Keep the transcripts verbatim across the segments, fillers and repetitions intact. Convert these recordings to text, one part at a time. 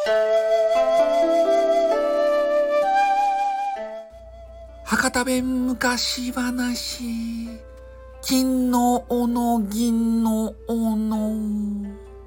博多弁昔話、金の斧銀の斧。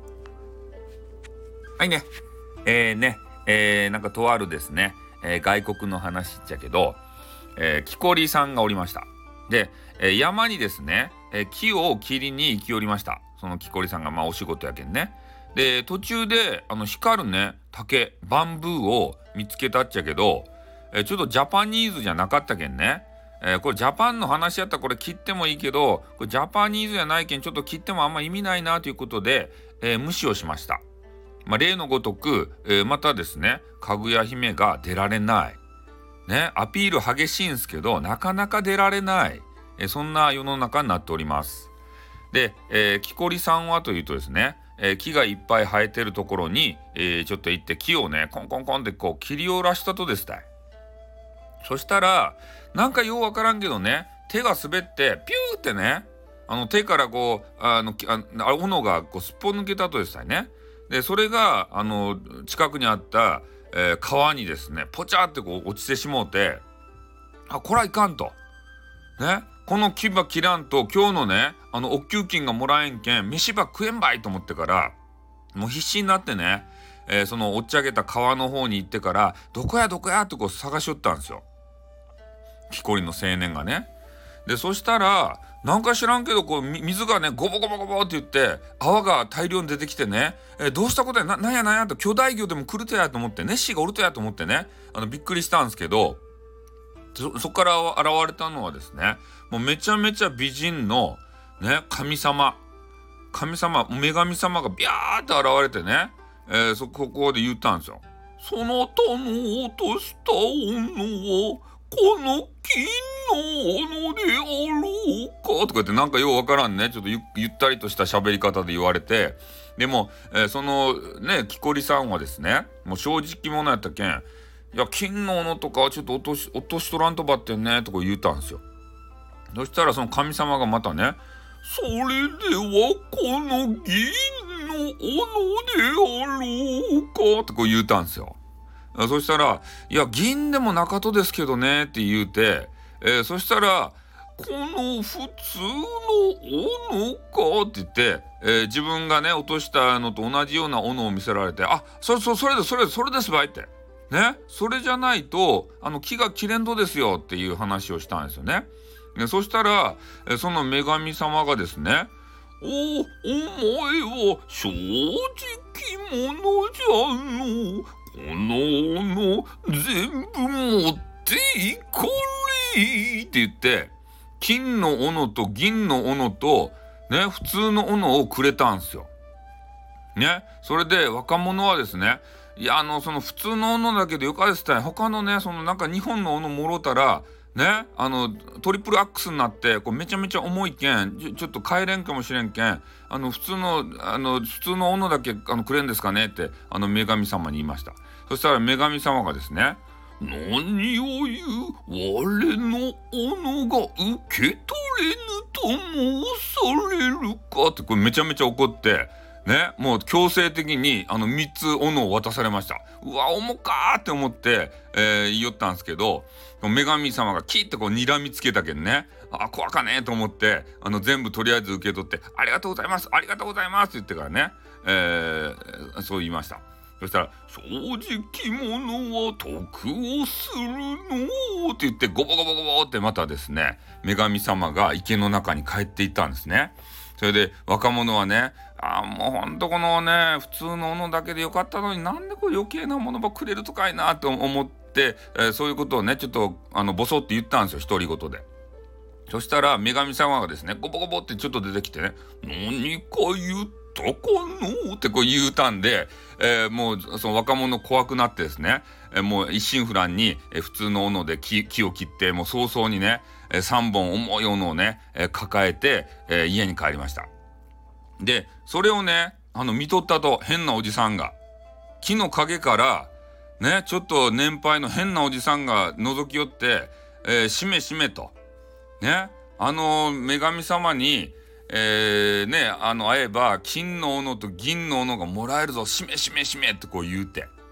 はいね、えー、ね、えー、なんかとあるですね、えー、外国の話っちゃけど、えー、木こりさんがおりました。で、えー、山にですね、えー、木を切りに行きおりました。その木こりさんがまあお仕事やけんね。で、途中であの光るね竹バンブーを見つけたっちゃけど、えー、ちょっとジャパニーズじゃなかったけんね。えー、これジャパンの話やったらこれ切ってもいいけど、これジャパニーズじゃないけんちょっと切ってもあんま意味ないなということで、えー、無視をしました。まあ、例のごとく、えー、またですね、かぐや姫が出られない。ね、アピール激しいんですけど、なかなか出られない。えー、そんな世の中になっております。で、えー、木こりさんはというとですね、えー、木がいっぱい生えてるところに、えー、ちょっと行って木をね、コンコンコンってこう切り下ろしたとですたい。そしたら、なんかようわからんけどね、手が滑って、ピューってね、あの手からこう、あの、あ斧がこうすっぽ抜けたとですたいね。で、それが、あの、近くにあった、えー、川にですね、ポチャってこう落ちてしもうて、あ、こらいかんと。ね、この木ば切らんと、今日のね、あの、お給金がもらえんけん、飯ば食えんばいと思ってから、もう必死になってね、えー、その落ち上げた川の方に行ってから、どこやどこやってこう探しよったんですよ。木こりの青年がね。で、そしたら、なんか知らんけど、こう、水がね、ゴボゴボゴボって言って、泡が大量に出てきてね、えー、どうしたことや、な、なんやなんやと、巨大魚でも来るとやと思って、ネッシーがおるとやと思ってね、あの、びっくりしたんですけど、そ、そこから現れたのはですね、もうめちゃめちゃ美人の、ね、神様。神様、女神様がビャーって現れてね、えー、そこ、こで言ったんですよ。そなたの落とした斧は、この金の斧であろうかとか言って、なんかようわからんね、ちょっと ゆ, ゆったりとした喋り方で言われて、でも、えー、そのね、木こりさんはですね、もう正直者やったけん、いや、金の斧とかちょっと落とし、落としとらんとばってんね、とか言ったんですよ。そしたらその神様がまたね、それではこの銀の斧であろうかってこう言うたんですよ。そしたら、いや、銀でも中戸ですけどねって言うて、えー、そしたら、この普通の斧かって言って、えー、自分がね、落としたのと同じような斧を見せられて、あ、それ、それ、それです、それ、それですばいって。ね、それじゃないと、あの、木が切れんとですよっていう話をしたんですよね。そしたら、えその女神様がですね、お、お前は正直者じゃの。この斧全部持っていかれって言って、金の斧と銀の斧と、ね、普通の斧をくれたんですよ。ね、それで若者はですね、いや、あの、その普通の斧だけどよかですたい。他のね、そのなんかにほんの斧もろたら、ね、あの、トリプルアックスになって、こうめちゃめちゃ重いけん、ちょ、ちょっと帰れんかもしれんけん、あの、普通の、あの、普通の斧だけ、あの、くれんですかねって、あの、女神様に言いました。そしたら女神様がですね、何を言う、我の斧が受け取れぬと申されるかって、これめちゃめちゃ怒って、ね、もう強制的にあのみっつ斧を渡されました。うわ、重かーって思って、えー、言いよったんですけど、女神様がキーってこう睨みつけたけんね、あ、怖かねえと思って、あの全部とりあえず受け取って、ありがとうございます、ありがとうございますって言ってからね、えー、そう言いました。そしたら、正直者は得をするのって言って、ゴボゴボゴボってまたですね、女神様が池の中に帰っていったんですね。それで若者はね、あーもうほんとこのね、普通の斧だけでよかったのに、なんでこう余計なものばくれるとかいなと思って、えー、そういうことをね、ちょっとあのボソって言ったんですよ、独り言で。そしたら女神様がですね、ゴボゴボってちょっと出てきてね、何か言ったかのってこう言うたんで、えー、もうその若者怖くなってですね、えー、もう一心不乱に、えー、普通の斧で 木, 木を切って、もう早々にね、えー、さんぼん重い斧をね、えー、抱えて、えー、家に帰りました。で、それをね、あの見とったと変なおじさんが、木の陰からね、ちょっと年配の変なおじさんが覗き寄って、えー、しめしめとね、あの女神様に、えー、ね、あの会えば金の斧と銀の斧がもらえるぞ、しめしめしめってこう言うて、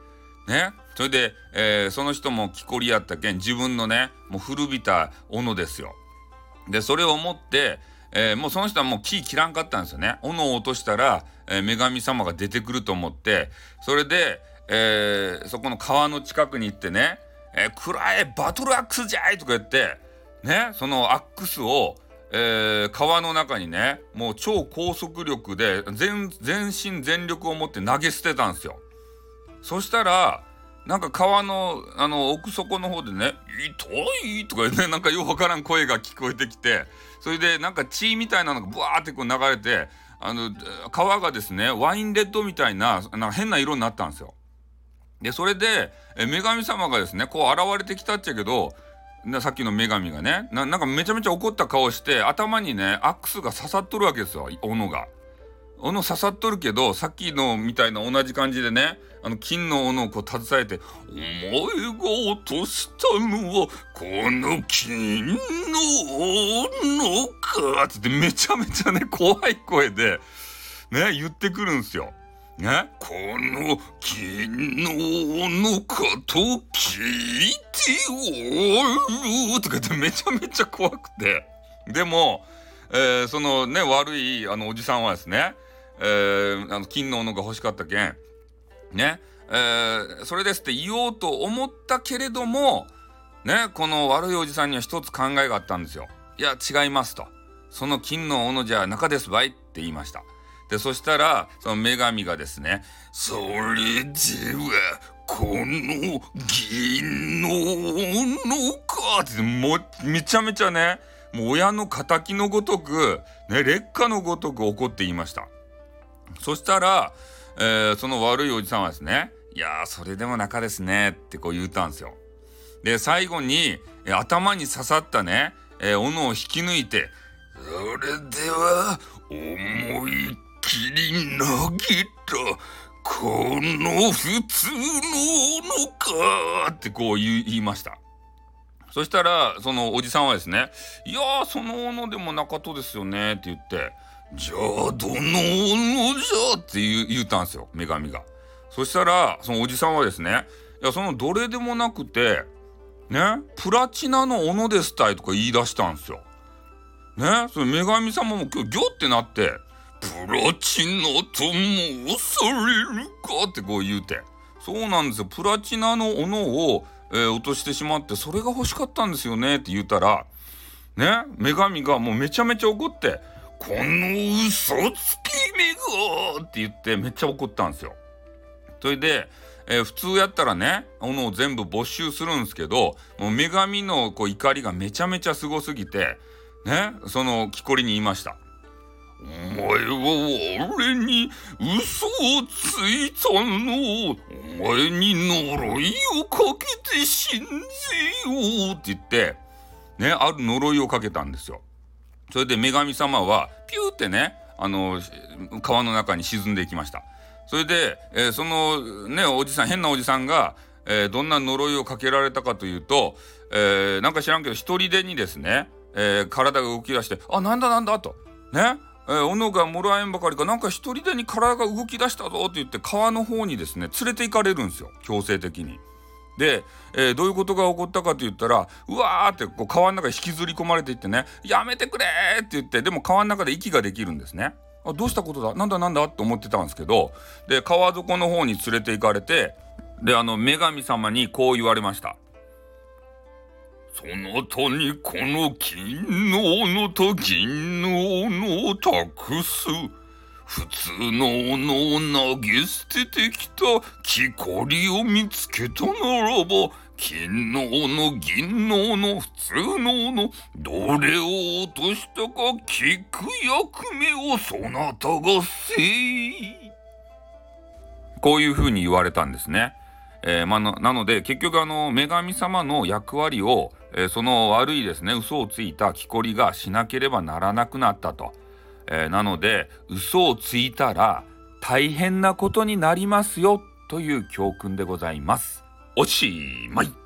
ね、それで、えーその人も木こりやったけん自分のねもう古びた斧ですよ。でそれを持って、えーもうその人はもう木切らんかったんですよね。斧を落としたら、えー女神様が出てくると思って、それで、えーそこの川の近くに行ってね「えー、くらえバトルアックスじゃい!」とか言ってね、そのアックスを、えー川の中にねもう超高速力で全全身全力を持って投げ捨てたんですよ。そしたらなんか川のあの奥底の方でね「痛い!」とかね、なんかようわからん声が聞こえてきて、それでなんか血みたいなのがブワーってこう流れて、あの川がですねワインレッドみたいななんか変な色になったんですよ。でそれでえ女神様がですねこう現れてきたっちゃけど、なさっきの女神がねななんかめちゃめちゃ怒った顔して頭にねアックスが刺さっとるわけですよ、斧が。斧刺さっとるけど、さっきのみたいな同じ感じでねあの金の斧をこう携えて「お前が落としたのはこの金の斧か」ってめちゃめちゃね怖い声でね言ってくるんですよ。ね、この金の斧かと聞いておるとか言ってめちゃめちゃ怖くて、でも、えーそのね悪いあのおじさんはですね、えーあの金の斧が欲しかったけんね、えーそれですって言おうと思ったけれどもね、この悪いおじさんには一つ考えがあったんですよ。いや違いますと、その金の斧じゃなかですばいって言いました。でそしたらその女神がですね「それではこの銀の斧か」ってもうめちゃめちゃねもう親の敵のごとくね劣化のごとく怒って言いました。そしたら、えーその悪いおじさんはですね「いやーそれでも中ですね」ってこう言ったんですよ。で最後にえー頭に刺さったね、えー斧を引き抜いて「それでは思いっきり投げたこの普通の斧か」ってこう言い言いました。そしたらそのおじさんはですね「いやーその斧でも中とですよね」って言って「じゃあどの斧じゃ」って言う言ったんですよ、女神が。そしたらそのおじさんはですね「いやそのどれでもなくてねプラチナの斧ですたい」とか言い出したんですよ。ね、その女神様も今日ギョってなって「プラチナと申されるか」ってこう言うて、そうなんですよ、プラチナの斧を、えー落としてしまってそれが欲しかったんですよねって言ったらね、女神がもうめちゃめちゃ怒って「この嘘つきめが」って言ってめっちゃ怒ったんですよ。それで、えー普通やったらね斧を全部没収するんですけど、もう女神のこう怒りがめちゃめちゃすごすぎてね、その木こりに言いました。お前は俺に嘘をついたの。お前に呪いをかけて死んぜよって言ってね、ある呪いをかけたんですよ。それで女神様はピューってねあの川の中に沈んでいきました。それで、えーそのねおじさん変なおじさんが、えーどんな呪いをかけられたかというと、えーなんか知らんけど一人でにですね、えー体が動き出して「あなんだなんだ」とね、えー、斧がもらえんばかりかなんか一人でに体が動き出したぞって言って川の方にですね連れて行かれるんですよ、強制的に。で、えーどういうことが起こったかと言ったらうわーってこう川の中に引きずり込まれていってね「やめてくれ!」って言って、でも川の中で息ができるんですね。あどうしたことだなんだなんだと思ってたんですけど、で川底の方に連れて行かれて、であの女神様にこう言われました。そなたにこの金の斧と銀の斧を託す。普通の斧を投げ捨ててきた木こりを見つけたならば、金の斧、銀の斧、普通の斧、どれを落としたか聞く役目をそなたがせい。こういうふうに言われたんですね。えーまあ、な, なので結局あの女神様の役割を、えーその悪いですね嘘をついた木こりがしなければならなくなったと。えーなので嘘をついたら大変なことになりますよという教訓でございます。おしまい。